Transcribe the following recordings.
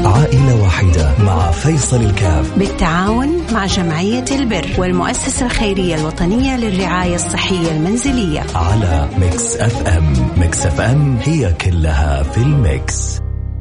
عائلة واحدة مع فيصل الكاف بالتعاون مع جمعية البر والمؤسسة الخيرية الوطنية للرعاية الصحية المنزلية على ميكس اف ام. ميكس اف ام هي كلها في الميكس.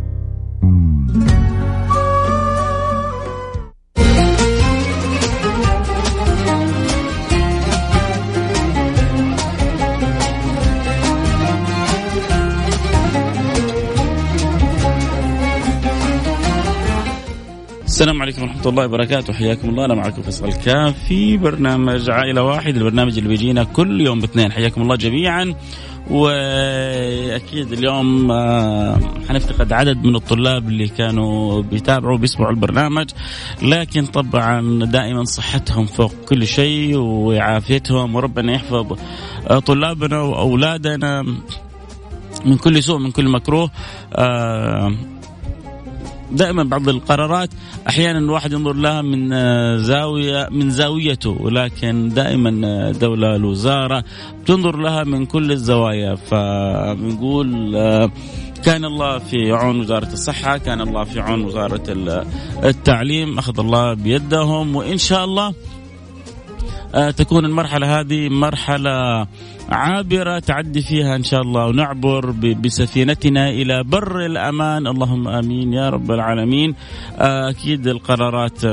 السلام عليكم ورحمة الله وبركاته. حياكم الله. أنا معكم فيصل الكاف في برنامج عائلة واحد، البرنامج اللي بيجينا كل يوم باثنين. حياكم الله جميعا. وأكيد اليوم حنفتقد عدد من الطلاب اللي كانوا بيتابعوا بيسمعوا البرنامج، لكن طبعا دائما صحتهم فوق كل شيء وعافيتهم، وربنا يحفظ طلابنا وأولادنا من كل سوء من كل مكروه. دائما بعض القرارات أحيانا الواحد ينظر لها من زاويته، ولكن دائما دولة الوزارة تنظر لها من كل الزوايا. فبنقول كان الله في عون وزارة الصحة، كان الله في عون وزارة التعليم، أخذ الله بيدهم، وإن شاء الله تكون المرحلة هذه مرحلة عابرة تعدي فيها إن شاء الله، ونعبر بسفينتنا إلى بر الأمان. اللهم آمين يا رب العالمين. أكيد القرارات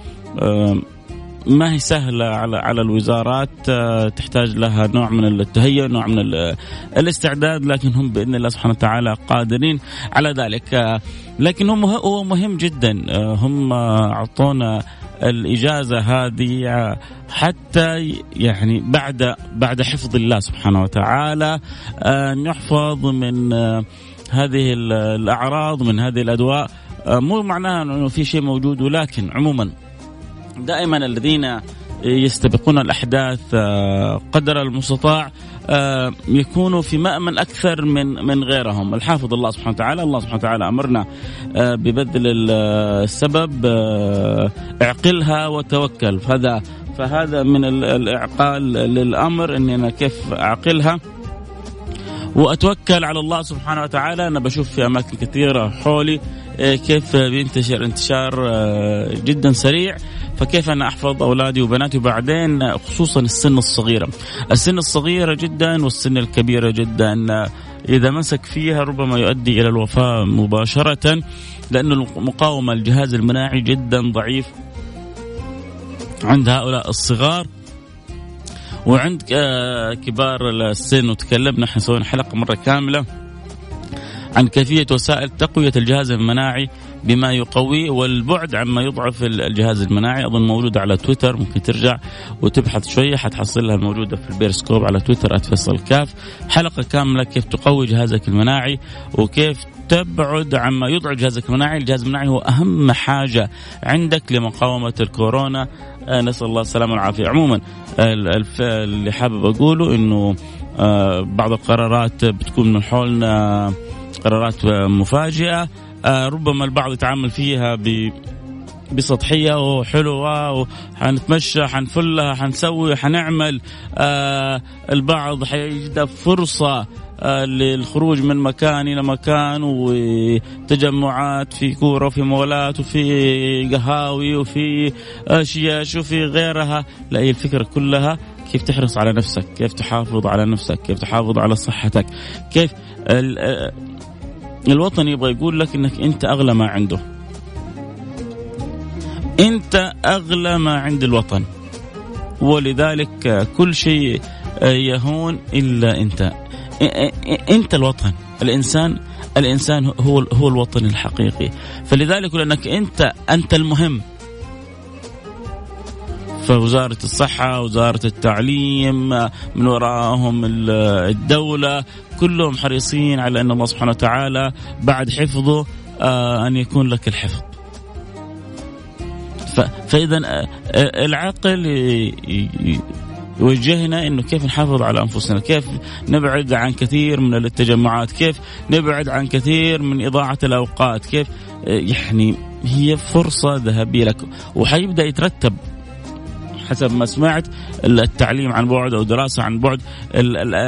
ما هي سهلة على الوزارات، تحتاج لها نوع من التهيئ، نوع من الاستعداد، لكن هم بإذن الله سبحانه وتعالى قادرين على ذلك. لكن هو مهم جدا، هم أعطونا الإجازة هذه حتى يعني بعد حفظ الله سبحانه وتعالى نحفظ من هذه الأعراض، من هذه الأدواء. مو معناها أنه في شيء موجود، ولكن عموما دائما الذين يستبقون الأحداث قدر المستطاع يكونوا في مأمن أكثر من غيرهم. الحافظ الله سبحانه وتعالى. الله سبحانه وتعالى أمرنا ببذل السبب، اعقلها وتوكل. فهذا من الإعقال للأمر، أني أنا كيف أعقلها وأتوكل على الله سبحانه وتعالى. أنا بشوف في أماكن كثيرة حولي كيف بينتشر انتشار جدا سريع، فكيف أنا أحفظ أولادي وبناتي؟ وبعدين خصوصا السن الصغيرة جدا والسن الكبيرة جدا، إذا مسك فيها ربما يؤدي إلى الوفاة مباشرة، لأن المقاومة الجهاز المناعي جدا ضعيف عند هؤلاء الصغار وعند كبار السن. وتكلمنا، احنا سوينا حلقة مرة كاملة عن كيفية وسائل تقوية الجهاز المناعي بما يقوي والبعد عما يضعف الجهاز المناعي. أظن موجودة على تويتر، ممكن ترجع وتبحث شوية حتحصلها، موجودة في البيرسكوب على تويتر @فيصل الكاف. حلقة كاملة كيف تقوي جهازك المناعي وكيف تبعد عما يضعف جهازك المناعي. الجهاز المناعي هو أهم حاجة عندك لمقاومة الكورونا، نسأل الله السلامة والعافية. عموما اللي حابب أقوله إنه بعض القرارات بتكون من حولنا قرارات مفاجئة، ربما البعض يتعامل فيها بسطحية وحلوة، وحنتمشى حنفلها حنسوي حنعمل. البعض حيجد فرصة للخروج من مكان إلى مكان، وتجمعات في كورة وفي مولات وفي قهاوي وفي أشياء وفي غيرها. لا، هي الفكرة كلها كيف تحرص على نفسك، كيف تحافظ على نفسك، كيف تحافظ على صحتك، كيف الوطن يبغى يقول لك إنك أنت أغلى ما عنده، أنت أغلى ما عند الوطن، ولذلك كل شيء يهون إلا أنت الوطن. الإنسان هو الوطن الحقيقي. فلذلك لأنك أنت المهم، فوزارة الصحة، وزارة التعليم، من وراءهم الدولة، كلهم حريصين على أن الله سبحانه وتعالى بعد حفظه أن يكون لك الحفظ. فإذا العقل يوجهنا إنه كيف نحافظ على أنفسنا، كيف نبعد عن كثير من التجمعات، كيف نبعد عن كثير من إضاعة الأوقات، كيف يعني هي فرصة ذهبية لك. وحيبدأ يترتب حسب ما سمعت التعليم عن بعد أو دراسة عن بعد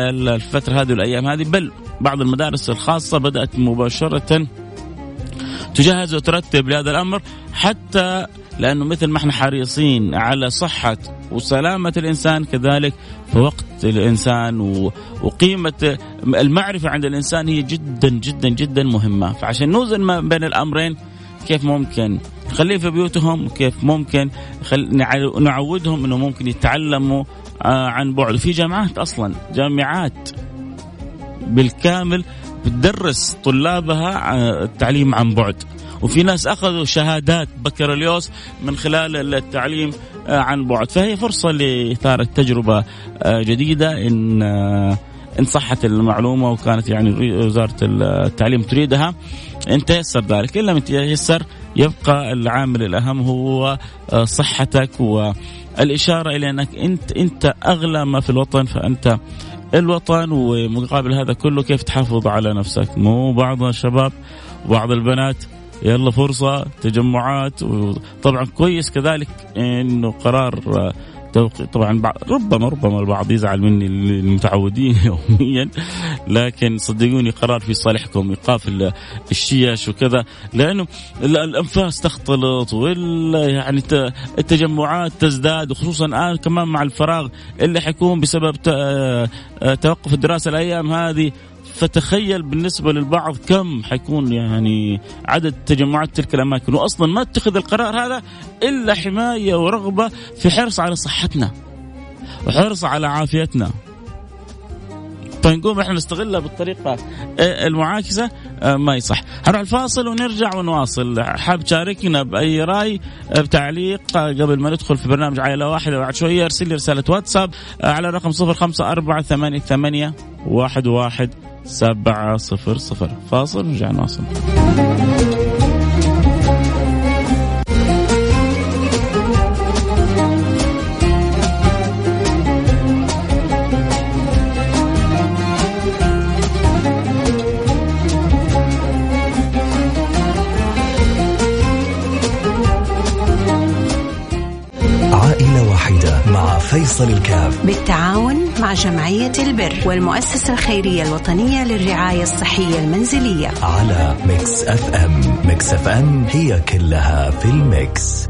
الفترة هذه والأيام هذه، بل بعض المدارس الخاصة بدأت مباشرة تجهز وترتب لهذا الأمر، حتى لأنه مثل ما احنا حريصين على صحة وسلامة الإنسان، كذلك فوقت الإنسان وقيمة المعرفة عند الإنسان هي جدا جدا جدا مهمة. فعشان نوزن ما بين الأمرين، كيف ممكن نخليه في بيوتهم، وكيف ممكن نعودهم أنه ممكن يتعلموا عن بعد. في جامعات أصلا، جامعات بالكامل بتدرس طلابها التعليم عن بعد، وفي ناس أخذوا شهادات بكالوريوس من خلال التعليم عن بعد. فهي فرصة لإثارة تجربة جديدة إن صحت المعلومة وكانت يعني وزارة التعليم تريدها، إن تيسر ذلك. إلا من تيسر يبقى العامل الأهم هو صحتك، والإشارة إلى أنك أنت أغلى ما في الوطن، فأنت الوطن. ومقابل هذا كله كيف تحافظ على نفسك. مو بعض الشباب وبعض البنات يلا فرصة تجمعات، وطبعا كويس كذلك إنه قرار طبعا ربما البعض يزعل مني المتعودين يوميا، لكن صدقوني قرار في صالحكم، إيقاف الشيش وكذا، لأنه الأنفاس تختلط يعني التجمعات تزداد، وخصوصا الآن كمان مع الفراغ اللي حيكون بسبب توقف الدراسة الأيام هذه. فتخيل بالنسبة للبعض كم حيكون يعني عدد تجمعات تلك الأماكن، وأصلا ما اتخذ القرار هذا إلا حماية ورغبة في حرص على صحتنا وحرص على عافيتنا. فنقوم احنا نستغلها بالطريقة المعاكسة ما يصح. هنروح الفاصل ونرجع ونواصل. حاب تشاركنا بأي رأي بتعليق قبل ما ندخل في برنامج عائلة واحدة بعد شوية، ارسل لي رسالة واتساب على رقم 0548811700. فاصل ونرجع نواصل. مع فيصل الكاف بالتعاون مع جمعية البر والمؤسسة الخيرية الوطنية للرعاية الصحية المنزلية على ميكس اف ام. ميكس اف ام هي كلها في الميكس.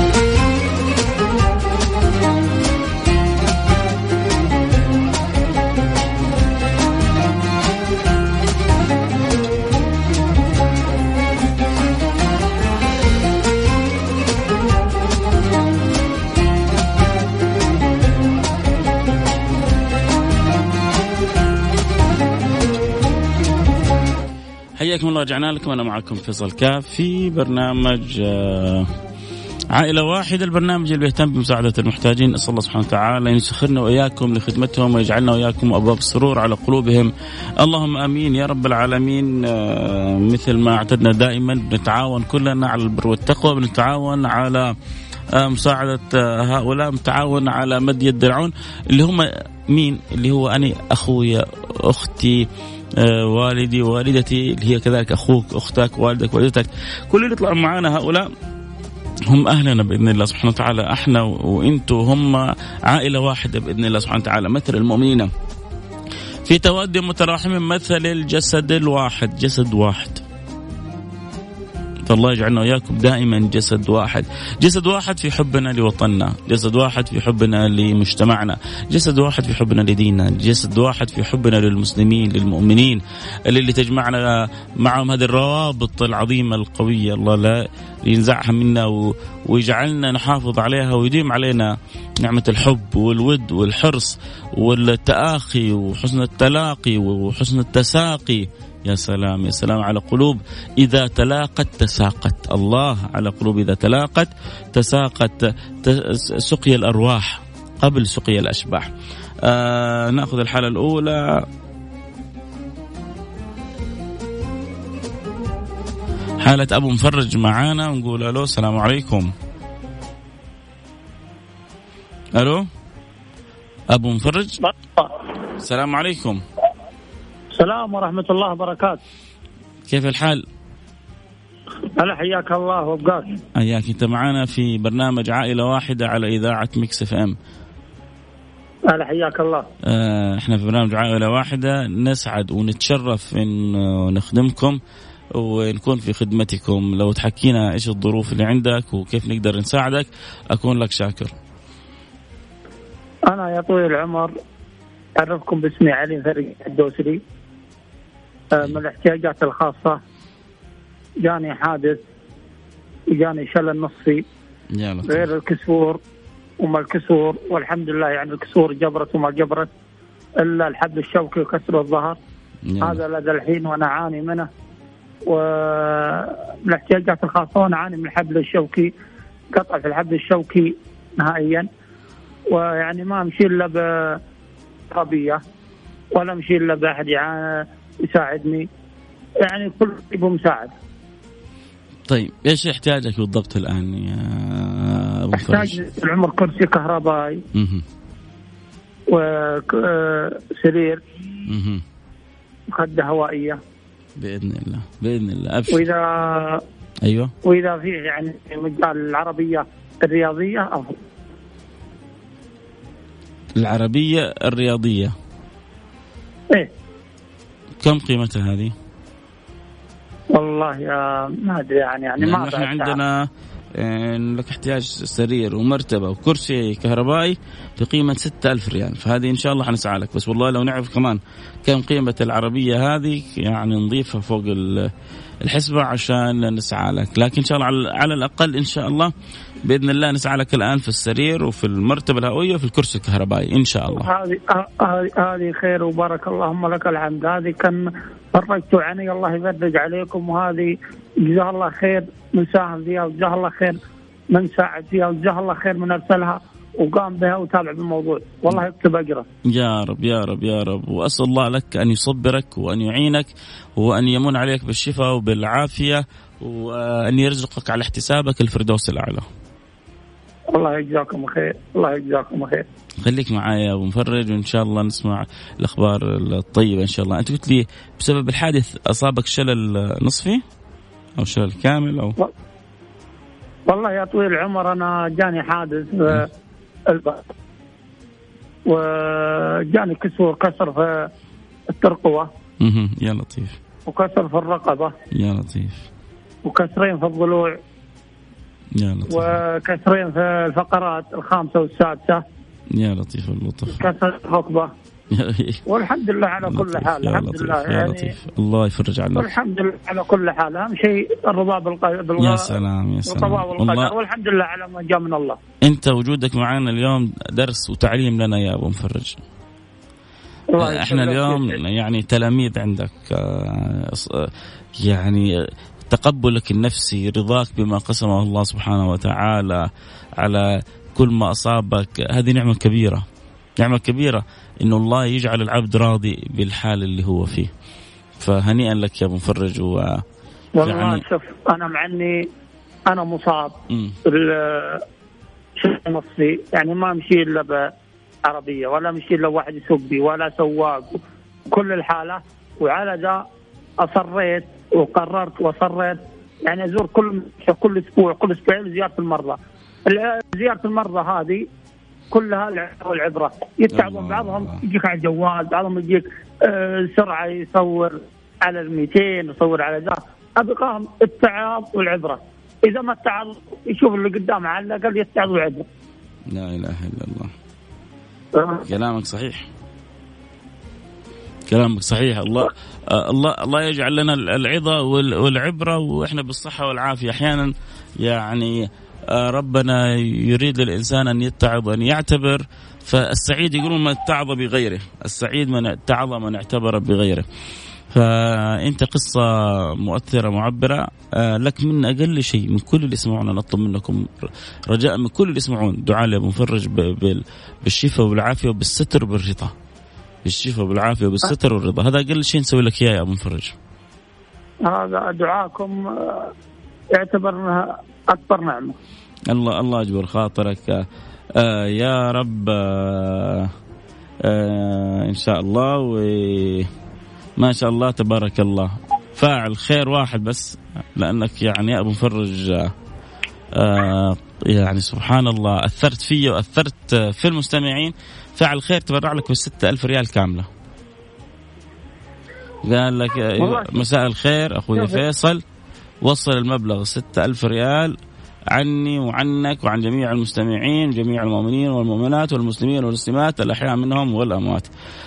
حياكم الله، رجعنا لكم. أنا معكم فيصل كاف في برنامج عائلة واحدة، البرنامج اللي بيهتم بمساعدة المحتاجين. أسأل الله سبحانه وتعالى أن يسخرنا وإياكم لخدمتهم ويجعلنا وإياكم أبواب السرور على قلوبهم، اللهم آمين يا رب العالمين. مثل ما اعتدنا دائما بنتعاون كلنا على البر والتقوى، بنتعاون على مساعدة هؤلاء، بنتعاون على مد يد العون، اللي هم مين؟ اللي هو أنا، أخويا، أختي، والدي ووالدتي، اللي هي كذلك أخوك، أختك، والدك، والدتك، كل اللي يطلعوا معنا هؤلاء هم أهلنا بإذن الله سبحانه وتعالى. احنا وإنتوا هم عائلة واحدة بإذن الله سبحانه وتعالى. مثل المؤمنين في تواد متراحم مثل الجسد الواحد، جسد واحد. الله يجعلنا وإياكم دائما جسد واحد، جسد واحد في حبنا لوطننا، جسد واحد في حبنا لمجتمعنا، جسد واحد في حبنا لديننا، جسد واحد في حبنا للمسلمين للمؤمنين اللي تجمعنا معهم هذه الروابط العظيمة القوية. الله لا ينزعها منا ويجعلنا نحافظ عليها ويديم علينا نعمة الحب والود والحرص والتآخي وحسن التلاقي وحسن التساقي. يا سلام يا سلام على قلوب إذا تلاقت تساقت، الله على قلوب إذا تلاقت تساقت، سقي الأرواح قبل سقي الأشباح. نأخذ الحالة الأولى. حالة أبو مفرج معانا، ونقول ألو السلام عليكم. ألو أبو مفرج، السلام عليكم. السلام ورحمة الله وبركاته. كيف الحال؟ هلا حياك الله وابقاك. حياك. انت معنا في برنامج عائلة واحدة على إذاعة ميكس اف ام. هلا حياك الله. احنا في برنامج عائلة واحدة نسعد ونتشرف ان نخدمكم ونكون في خدمتكم. لو تحكينا إيش الظروف اللي عندك وكيف نقدر نساعدك أكون لك شاكر. أنا يا طويل العمر أعرفكم باسمي علي فريق الدوسري، من الاحتياجات الخاصة. جاني حادث، جاني شلل نصفي غير الكسور وما الكسور، والحمد لله يعني الكسور جبرت وما جبرت إلا الحبل الشوكي وكسر الظهر. هذا لدى الحين وأنا أعاني منه، والاحتياجات الخاصة وأنا أعاني من الحبل الشوكي، قطع في الحبل الشوكي نهائيا، ويعني ما أمشي إلا بعربية ولا أمشي إلا بأحد يساعدني، يعني كل يبغى مساعد. طيب إيش احتياجك بالضبط الآن يا أبو فرج؟ أحتاج العمر كرسي كهربائي وسرير مخدة هوائية بإذن الله بإذن الله. أبشر. وإذا فيه يعني مجال العربية الرياضية أفضل. العربية الرياضية إيه كم قيمتها هذه؟ والله يا ما أدري يعني ما نحن عندنا لك احتياج سرير ومرتبة وكرسي كهربائي بقيمة 6,000 ريال، فهذه إن شاء الله حنسعى لك. بس والله لو نعرف كمان كم قيمة العربية هذه يعني نضيفها فوق الحسبة عشان نسعى لك. لكن إن شاء الله على الأقل إن شاء الله بإذن الله نسعى لك الآن في السرير وفي المرتبة الهوائية وفي الكرسي الكهربائي إن شاء الله. هذه خير وبارك اللهم لك الحمد. هذه كان فرجتوا عني، الله يفرج عليكم، وهذه جزاه الله خير من ساهم فيها، وجزاه الله خير من ساعد فيها، وجزاه الله خير من أرسلها وقام بها وتابع بالموضوع. والله يكتب أجره يا رب يا رب يا رب. وأسأل الله لك أن يصبرك وأن يعينك وأن يمن عليك بالشفاء وبالعافية وأن يرزقك على احتسابك الفردوس الأعلى. الله يجزاكم خير، الله يجزاكم خير. خليك معايا يا أبو مفرج وإن شاء الله نسمع الأخبار الطيبة إن شاء الله. أنت قلت لي بسبب الحادث أصابك شلل نصفي أو شلل كامل أو؟ والله يا طويل العمر أنا جاني حادث البطن، وجاني كسر في الترقوة يا لطيف، وكسر في الرقبة يا لطيف، وكسرين في الضلوع يا لطيف، وكسرين في الفقرات الخامسة والسادسة يا لطيف اللطف، كسر الركبة. والحمد لله على كل حال. الحمد لله يعني الله يفرج عنك. والحمد لله على كل حال. أهم شيء الرضا بالقدر. يا سلام يا سلام والله. والحمد لله على ما جاء من الله. أنت وجودك معنا اليوم درس وتعليم لنا يا أبو مفرج. احنا اليوم يعني تلاميذ عندك، يعني تقبلك النفسي، رضاك بما قسمه الله سبحانه وتعالى على كل ما أصابك، هذه نعمة كبيرة، نعمة كبيرة إنه الله يجعل العبد راضي بالحال اللي هو فيه. فهنيئا لك يا أبو مفرج. والله يعني شوف أنا مع إني أنا مصاب نصفي، يعني ما أمشي إلا بعربية ولا أمشي إلا واحد يسوق بي ولا سواق، كل الحالة. وعلى ذا أصريت وقررت وصريت يعني أزور كل أسبوع كل أسبوعين زيارة المرضى. زيارة المرضى هذه كلها العبرة، يتعبون بعضهم يجيك على الجوال، بعضهم يجيك سرعة يصور على 200 يصور على ذا. أبقاهم التعب والعبرة، إذا ما التعب يشوف اللي قدامه على الأقل يتعب والعبرة. لا إله إلا الله. كلامك صحيح، كلامك صحيح. الله يجعل لنا العظة والعبرة وإحنا بالصحة والعافية. أحيانا يعني ربنا يريد للإنسان أن يتعظ أن يعتبر، فالسعيد يقولون من اتعظ بغيره، السعيد من اتعظ من اعتبر بغيره. فأنت قصة مؤثرة معبرة لك من أقل شيء. من كل اللي يسمعونا نطلب منكم رجاء، من كل اللي يسمعون دعاء لأبو مفرج بالشفاء والعافية وبالستر وبالرضا، بالشفاء والعافية وبالستر والرضا. هذا أقل شيء نسوي لك إياه يا أبو مفرج. هذا دعاكم يعتبرها أكبر نعمة. الله أجبر خاطرك يا رب إن شاء الله. وما شاء الله تبارك الله، فاعل خير واحد بس، لأنك يعني يا أبو مفرج يعني سبحان الله أثرت فيه وأثرت في المستمعين. فاعل خير تبرع لك ب6,000 ريال كاملة. قال لك مساء الخير أخوي فيصل، وصل المبلغ 6000 ريال عني وعنك وعن جميع المستمعين، جميع المؤمنين والمؤمنات والمسلمين والمسلمات الأحياء منهم والأموات.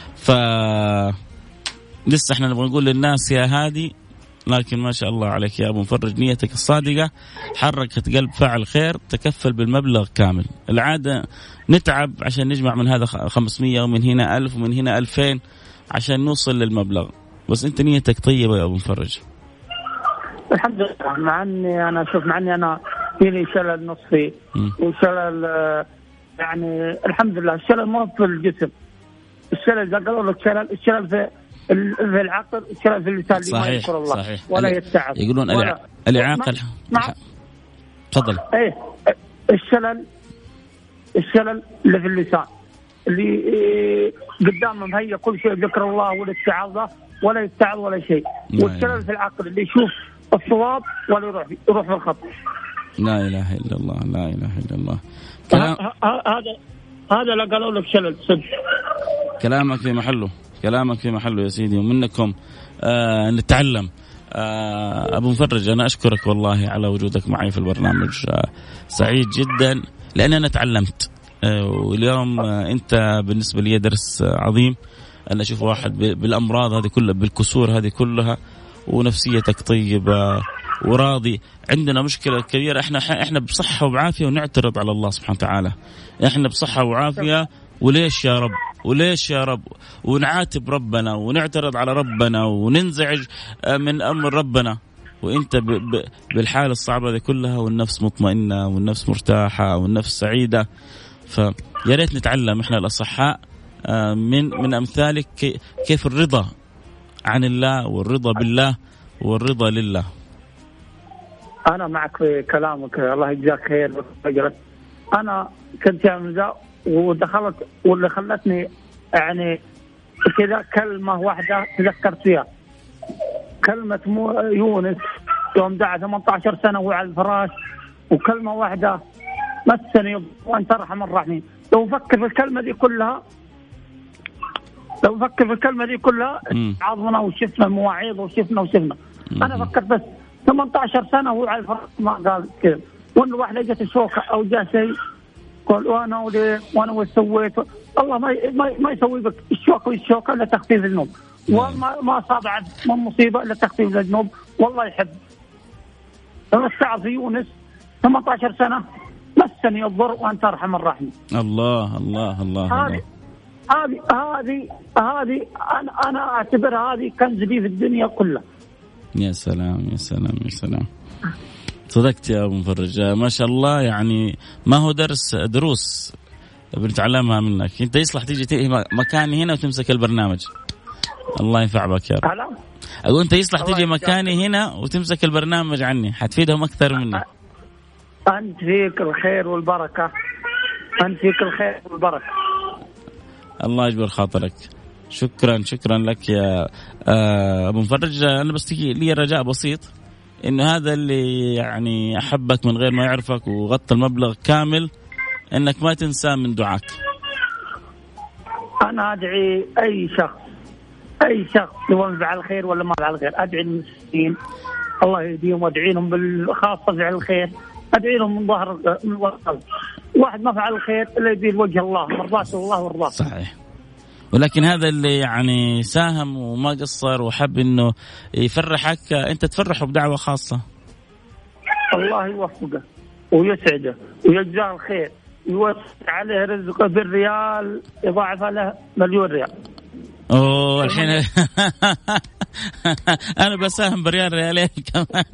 لسه احنا نبغى نقول للناس يا هادي، لكن ما شاء الله عليك يا أبو مفرج، نيتك الصادقة حركت قلب فاعل خير، تكفل بالمبلغ كامل. العادة نتعب عشان نجمع من هذا 500 ومن هنا 1000 ومن هنا 2000 عشان نوصل للمبلغ، بس أنت نيتك طيبة يا أبو مفرج. الحمد لله. مع أني أنا فيني شلل نصفي وشلل، يعني الحمد لله الشلل مو في الجسم، الشلل إذا قالوا لك الشلل في العقل، الشلل في اللسان اللي ما يذكر الله صحيح. ولا يتعب. يقولون الإعاقة. تفضل. إيه الشلل اللي في اللسان اللي قدامهم هي كل شيء ذكر الله والاستعاذة ولا يتعب ولا شيء، والشلل في العقل اللي يشوف الصواب ولا يروح في الخط. لا إله إلا الله، لا إله إلا الله. هذا لا قالوا لك شلل صدق. كلامك في محله يا سيدي، ومنكم نتعلم. أبو مفرج أنا أشكرك والله على وجودك معي في البرنامج، سعيد جدا لأن أنا تعلمت، واليوم أنت بالنسبة لي درس عظيم. أنا أشوف واحد بالأمراض هذه كلها، بالكسور هذه كلها، ونفسيتك طيبة وراضي. عندنا مشكلة كبيرة، إحنا بصحة وبعافية ونعترض على الله سبحانه وتعالى. إحنا بصحة وعافية وليش يا رب ونعاتب ربنا ونعترض على ربنا وننزعج من أمر ربنا، وإنت بالحالة الصعبة هذه كلها والنفس مطمئنة والنفس مرتاحة والنفس سعيدة. فيا ريت نتعلم إحنا الأصحاء من أمثالك كيف الرضا عن الله والرضا بالله والرضا لله. أنا معك في كلامك، الله يجزاك خير. أنا كنت أعمل ذا ودخلت، واللي خلتني يعني كذا كلمة واحدة تذكرت فيها، كلمة يونس يوم دعا 18 سنة وهو على الفراش، وكلمة واحدة مسني وأنت أرحم الراحمين. لو فكر في الكلمة دي كلها عظمنا وشفنا المواعيد وشفنا. أنا فكرت بس 18 سنة وهو على الفراش ما قال كذا، وإنه واحد جت الشوكة أو جاء شيء قال وأنا وسويت. الله ما يسوي بك الشوكة إلا تخفيف الذنوب، وما أصاب عبد من مصيبة إلا تخفيف الذنوب، والله يحب. أنا استعظ يونس 18 سنة مسني الضر وأنت أرحم الراحمين. الله الله الله. هذه أنا أعتبرها هذه كنز لي في الدنيا كلها. يا سلام يا سلام يا سلام، صدقت يا أبو مفرج ما شاء الله. يعني ما هو دروس بنتعلمها منك. أنت يصلح تيجي مكاني هنا وتمسك البرنامج. الله ينفع بك يا رب. أقول أنت يصلح تيجي مكاني هنا وتمسك البرنامج عني، حتفيدهم أكثر مني. أنت فيك الخير والبركة، الله يجبر خاطرك. شكرا لك يا أبو مفرج. أنا بس لي رجاء بسيط، إنه هذا اللي يعني أحبك من غير ما يعرفك وغطى المبلغ كامل، إنك ما تنسى من دعاك. أنا أدعي أي شخص سواء فعل خير ولا ما فعل خير، أدعي المسلمين الله يهديهم، وأدعي لهم بالخاصة فعل الخير، أدعي لهم من ظهر القلب. واحد ما فعل الخير إلا يبي وجه الله، مرضاته الله ورضاه. صحيح. ولكن هذا اللي يعني ساهم وما قصر وحب إنه يفرحك، أنت تفرحه بدعوة خاصة. الله يوفقه ويسعده ويجزاه الخير، يوسع عليه رزقه بالريال يضاعف له مليون ريال. أوه الحين أنا بساهم بريال ريالين كمان.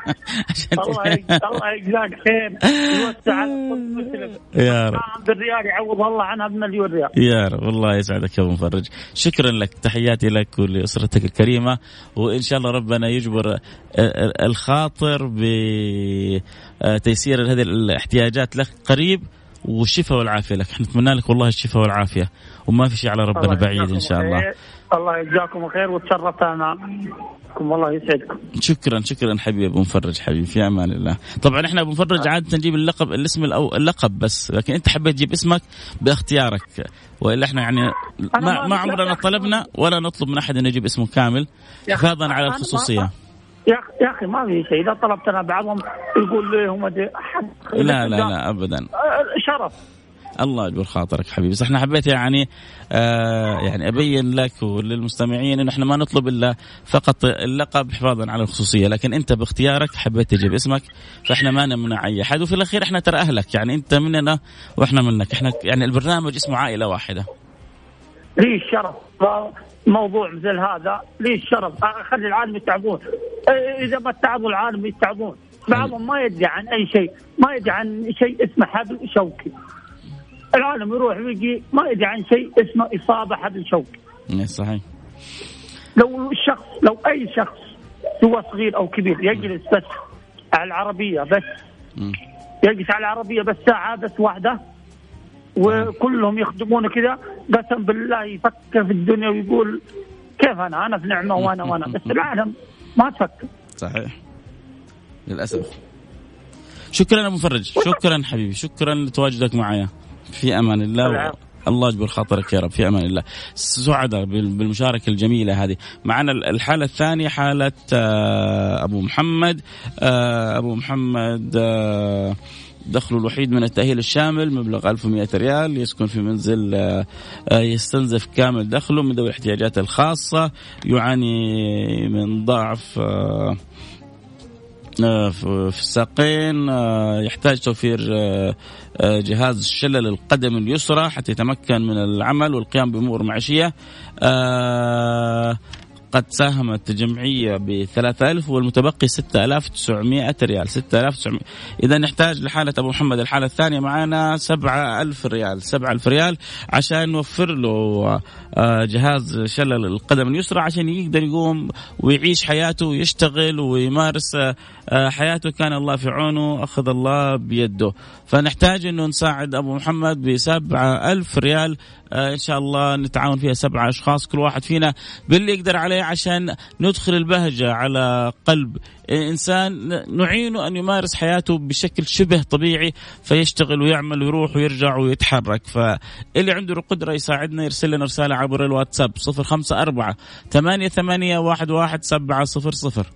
الله يجزاك خير، يوسع على كل مسلم يا رب بالريال يعوض الله عنها بمليون ريال يا رب. والله يسعدك يا أبو مفرج، شكرا لك، تحياتي لك ولأسرتك الكريمة، وإن شاء الله ربنا يجبر الخاطر بتيسير هذه الاحتياجات لك قريب، والشفاء والعافية لك. نتمنى لك والله الشفاء والعافية، وما في شيء على ربنا بعيد إن شاء الله. الله يجزاكم خير، وتشرفت أنا يسعدكم والله يسعدكم. شكرا حبيبي أبو مفرج حبيبي في أمان الله. طبعا إحنا أبو مفرج عادة نجيب الاسم اللقب بس، لكن أنت حبيت تجيب اسمك باختيارك، وإلا إحنا يعني ما عمرنا طلبنا ولا نطلب من أحد أن يجيب اسمه كامل حفاظا على الخصوصية. يا أخي ما في شيء، إذا طلبت أنا بعضهم يقول لي هم لا أبدا، شرف. الله يجبر خاطرك حبيبي. بس احنا حبيت يعني أبين لك وللمستمعين إن احنا ما نطلب إلا فقط اللقب حفاظا على الخصوصية، لكن أنت باختيارك حبيت تجيب اسمك، فاحنا ما نمنع أي أحد. وفي الأخير احنا ترى أهلك، يعني أنت مننا وإحنا منك، احنا يعني البرنامج اسمه عائلة واحدة. لي الشرف موضوع مثل هذا، لي الشرف أخلي العالم يتعبون، إذا ما تعبوا العالم يتعبون. بعضهم ما يدري عن أي شيء، ما يدري عن شيء اسمه حبل شوكي، العالم يروح ويجي ما يدري عن شيء اسمه إصابة حبل شوكي. صحيح. لو أي شخص سواء صغير أو كبير يجلس بس على العربية، بس يجلس على العربية بس ساعة بس واحدة، وكلهم يخدمونه كذا، قسم بالله يفكر في الدنيا ويقول كيف أنا في نعمة وأنا بس العالم ما تفكر. صحيح للأسف. شكرا أبو مفرج، شكرا حبيبي، شكرا لتواجدك معايا. في أمان الله، الله يجبر خاطرك يا رب. في أمان الله. سعداء بالمشاركة الجميلة هذه. معنا الحالة الثانية حالة أبو محمد. أبو محمد دخله الوحيد من التأهيل الشامل مبلغ 1100 ريال، يسكن في منزل يستنزف كامل دخله من ذوي الاحتياجات الخاصة، يعاني من ضعف في الساقين، يحتاج توفير جهاز شلل القدم اليسرى حتى يتمكن من العمل والقيام بأمور معيشية. قد ساهمت جمعية ب3000 والمتبقي 6900 ريال. 6900. إذا نحتاج لحالة أبو محمد الحالة الثانية معنا 7000 ريال. 7000 ريال عشان نوفر له جهاز شلل القدم اليسرى عشان يقدر يقوم ويعيش حياته ويشتغل ويمارس حياته. كان الله في عونه، أخذ الله بيده. فنحتاج أنه نساعد أبو محمد ب7000 ريال إن شاء الله، نتعاون فيها 7 أشخاص كل واحد فينا باللي يقدر عليه عشان ندخل البهجة على قلب إنسان، نعينه أن يمارس حياته بشكل شبه طبيعي، فيشتغل ويعمل ويروح ويرجع ويتحرك. فاللي عنده القدرة يساعدنا يرسل لنا رسالة عبر الواتساب 054-88-11-700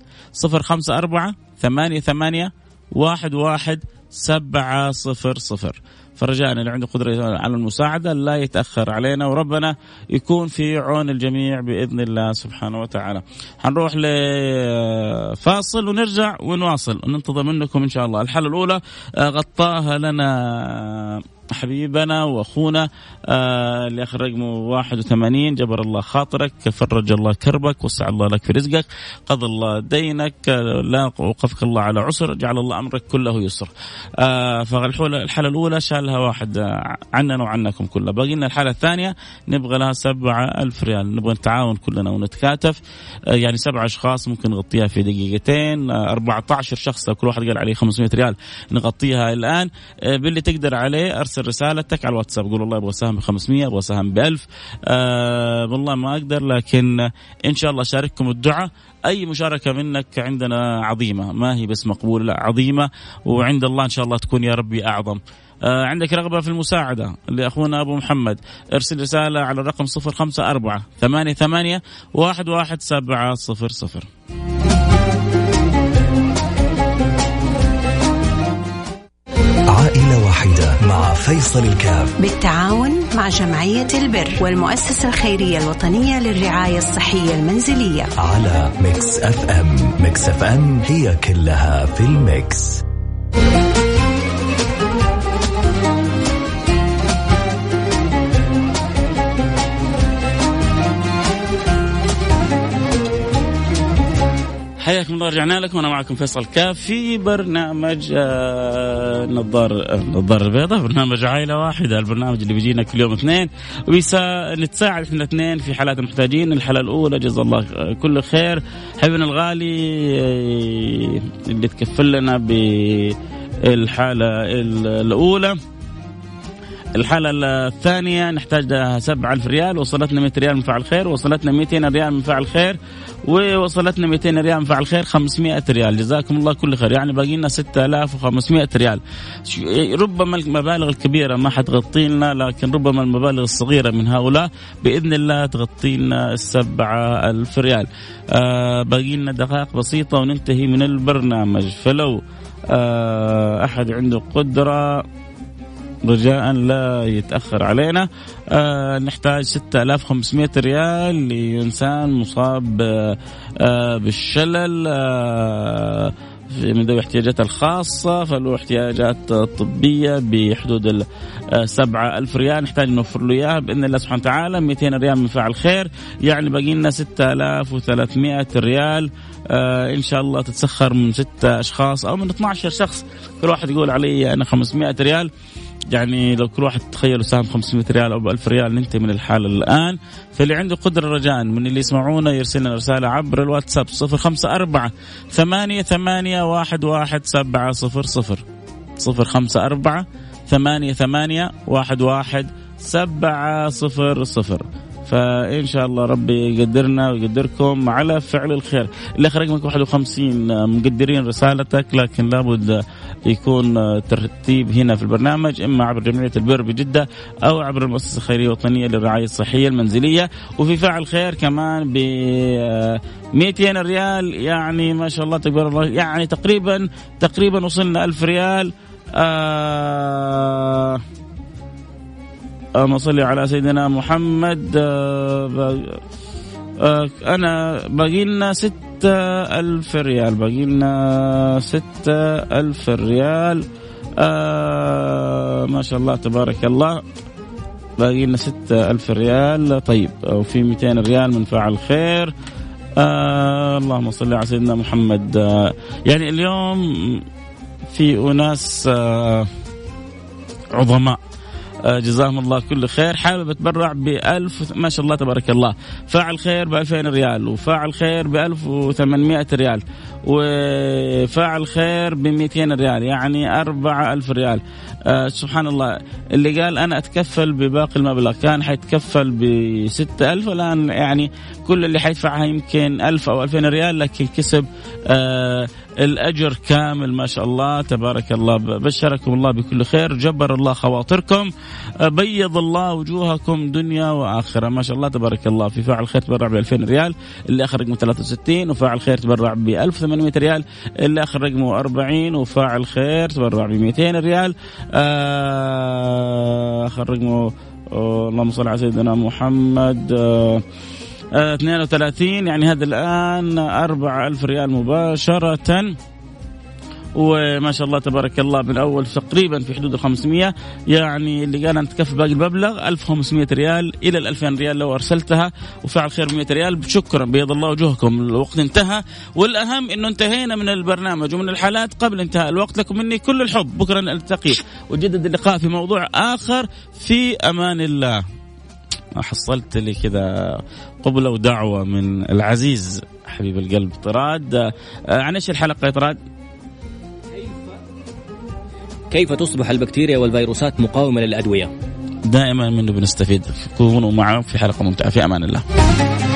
054-88-11-700. فرجاءً اللي عنده قدرة على المساعدة لا يتأخر علينا، وربنا يكون في عون الجميع بإذن الله سبحانه وتعالى. هنروح لفاصل ونرجع ونواصل وننتظر منكم إن شاء الله. الحالة الأولى غطاها لنا حبيبنا وأخونا اللي آخر رقمه 81. جبر الله خاطرك، فرج الله كربك، وسع الله لك في رزقك، قضى الله دينك، لا وقفك الله على عسر، جعل الله أمرك كله يسر. فالحالة الأولى شالها واحد عننا وعنكم كلها. باقي لنا الحالة الثانية نبغى لها 7000 ريال. نبغى نتعاون كلنا ونتكاتف، يعني 7 أشخاص ممكن نغطيها في دقيقتين، 14 شخص كل واحد قال عليه 500 ريال نغطيها الآن. باللي تقدر عليه أرسل رسالتك على الواتساب، قول والله أبغى سهم ب500، أبغى سهم ب1000. والله ما أقدر، لكن إن شاء الله شارككم الدعاء. أي مشاركة منك عندنا عظيمة، ما هي بس مقبولة، لا عظيمة، وعند الله إن شاء الله تكون يا ربي أعظم. عندك رغبة في المساعدة لأخونا أبو محمد، ارسل رسالة على الرقم 054-88-11-700. عائلة واحدة مع فيصل الكاف بالتعاون مع جمعية البر والمؤسسة الخيرية الوطنية للرعاية الصحية المنزلية على ميكس اف ام. ميكس اف ام هي كلها في الميكس. حياكم الله، رجعنا لكم وانا معكم فيصل كاف في برنامج نظار البيضاء، برنامج عائلة واحدة، البرنامج اللي بيجينا كل يوم اثنين نتساعد احنا الاثنين في حالات المحتاجين. الحالة الأولى جزا الله كل خير حبيبنا الغالي اللي تكفل لنا بالحالة الأولى الحالة الثانية نحتاج لها 7,000 ريال، وصلتنا 100 ريال من فعل خير، وصلتنا 200 ريال من فعل خير، ووصلتنا 200 ريال من فعل خير، 500 ريال. جزاكم الله كل خير. يعني باقي لنا 6,500 ريال. ربما المبالغ الكبيرة ما حتغطي لنا، لكن ربما المبالغ الصغيرة من هؤلاء بإذن الله تغطي لنا 7,000 ريال. باقي لنا دقائق بسيطة وننتهي من البرنامج، فلو أحد عنده قدرة رجاء لا يتأخر علينا. نحتاج 6,500 ريال لإنسان مصاب بالشلل من ذوي الاحتياجات الخاصة، فله احتياجات طبية بحدود 7,000 ريال. نحتاج نوفر له إياها بإذن الله سبحانه وتعالى. 200 ريال من فعل خير، يعني باقي لنا 6,300 ريال. إن شاء الله تتسخر من 6 أشخاص أو من 12 شخص، كل واحد يقول علي أنا 500 ريال. يعني لو كل واحد تخيلوا سهم 500 ريال أو 1000 ريال ننتهي من الحالة الآن. فاللي عنده قدرة رجاء من اللي يسمعونا يرسلنا رسالة عبر الواتساب 054-88-11-700 054-88-11-700. فإن شاء الله ربي يقدرنا ويقدركم على فعل الخير. الآخر رقمك 51 مقدرين رسالتك، لكن لابد يكون ترتيب هنا في البرنامج، إما عبر جمعية البر بجدة أو عبر المؤسسة الخيرية الوطنية للرعاية الصحية المنزلية. وفي فاعل خير كمان ب 200 ريال، يعني ما شاء الله تبارك الله، يعني تقريبا وصلنا 1000 ريال. صلي على سيدنا محمد. أنا باقي لنا 6,000 ريال، باقي لنا 6,000 ريال. ما شاء الله تبارك الله، باقي لنا 6,000 ريال. طيب، وفي 200 ريال من فاعل خير. اللهم صل على سيدنا محمد. يعني اليوم في أناس عظماء جزاهم الله كل خير، حابب اتبرع ب1000 ما شاء الله تبارك الله. فاعل خير ب2000 ريال، وفاعل خير ب1800 ريال، وفاعل خير ب200 ريال، يعني 4000 ريال. سبحان الله، اللي قال أنا أتكفل بباقي المبلغ كان حيتكفل ب6000، الآن يعني كل اللي حيدفعها يمكن 1000 أو 2000 ريال، لكن كسب الأجر كامل ما شاء الله تبارك الله. بشركم الله بكل خير، جبر الله خواطركم، بيض الله وجوهكم دنيا وآخرة ما شاء الله تبارك الله. في فاعل خير تبرع ب2000 ريال، اللي آخر رقمه 63، وفاعل خير تبرع ب1800 ريال، اللي آخر رقمه 40، وفاعل خير تبرع ب200 ريال، آخر رقمه اللهم صل على سيدنا محمد 32. يعني هذا الآن 4000 ريال مباشرة. وما شاء الله تبارك الله من أول تقريبا في حدود 500. يعني اللي قال أن تكفي باقي المبلغ 1500 ريال إلى 2000 ريال لو أرسلتها، وفعل خير 100 ريال. شكرا، بيض الله وجوهكم. الوقت انتهى، والأهم أنه انتهينا من البرنامج ومن الحالات قبل انتهاء الوقت. لكم مني كل الحب، بكرة نلتقي وجدد اللقاء في موضوع آخر. في أمان الله. حصلت لي كذا قبلة ودعوة من العزيز حبيب القلب طراد. عن ايش الحلقة يا طراد؟ كيف تصبح البكتيريا والفيروسات مقاومة للأدوية؟ دائما منه بنستفيد. كونوا معه في حلقة ممتعة. في أمان الله.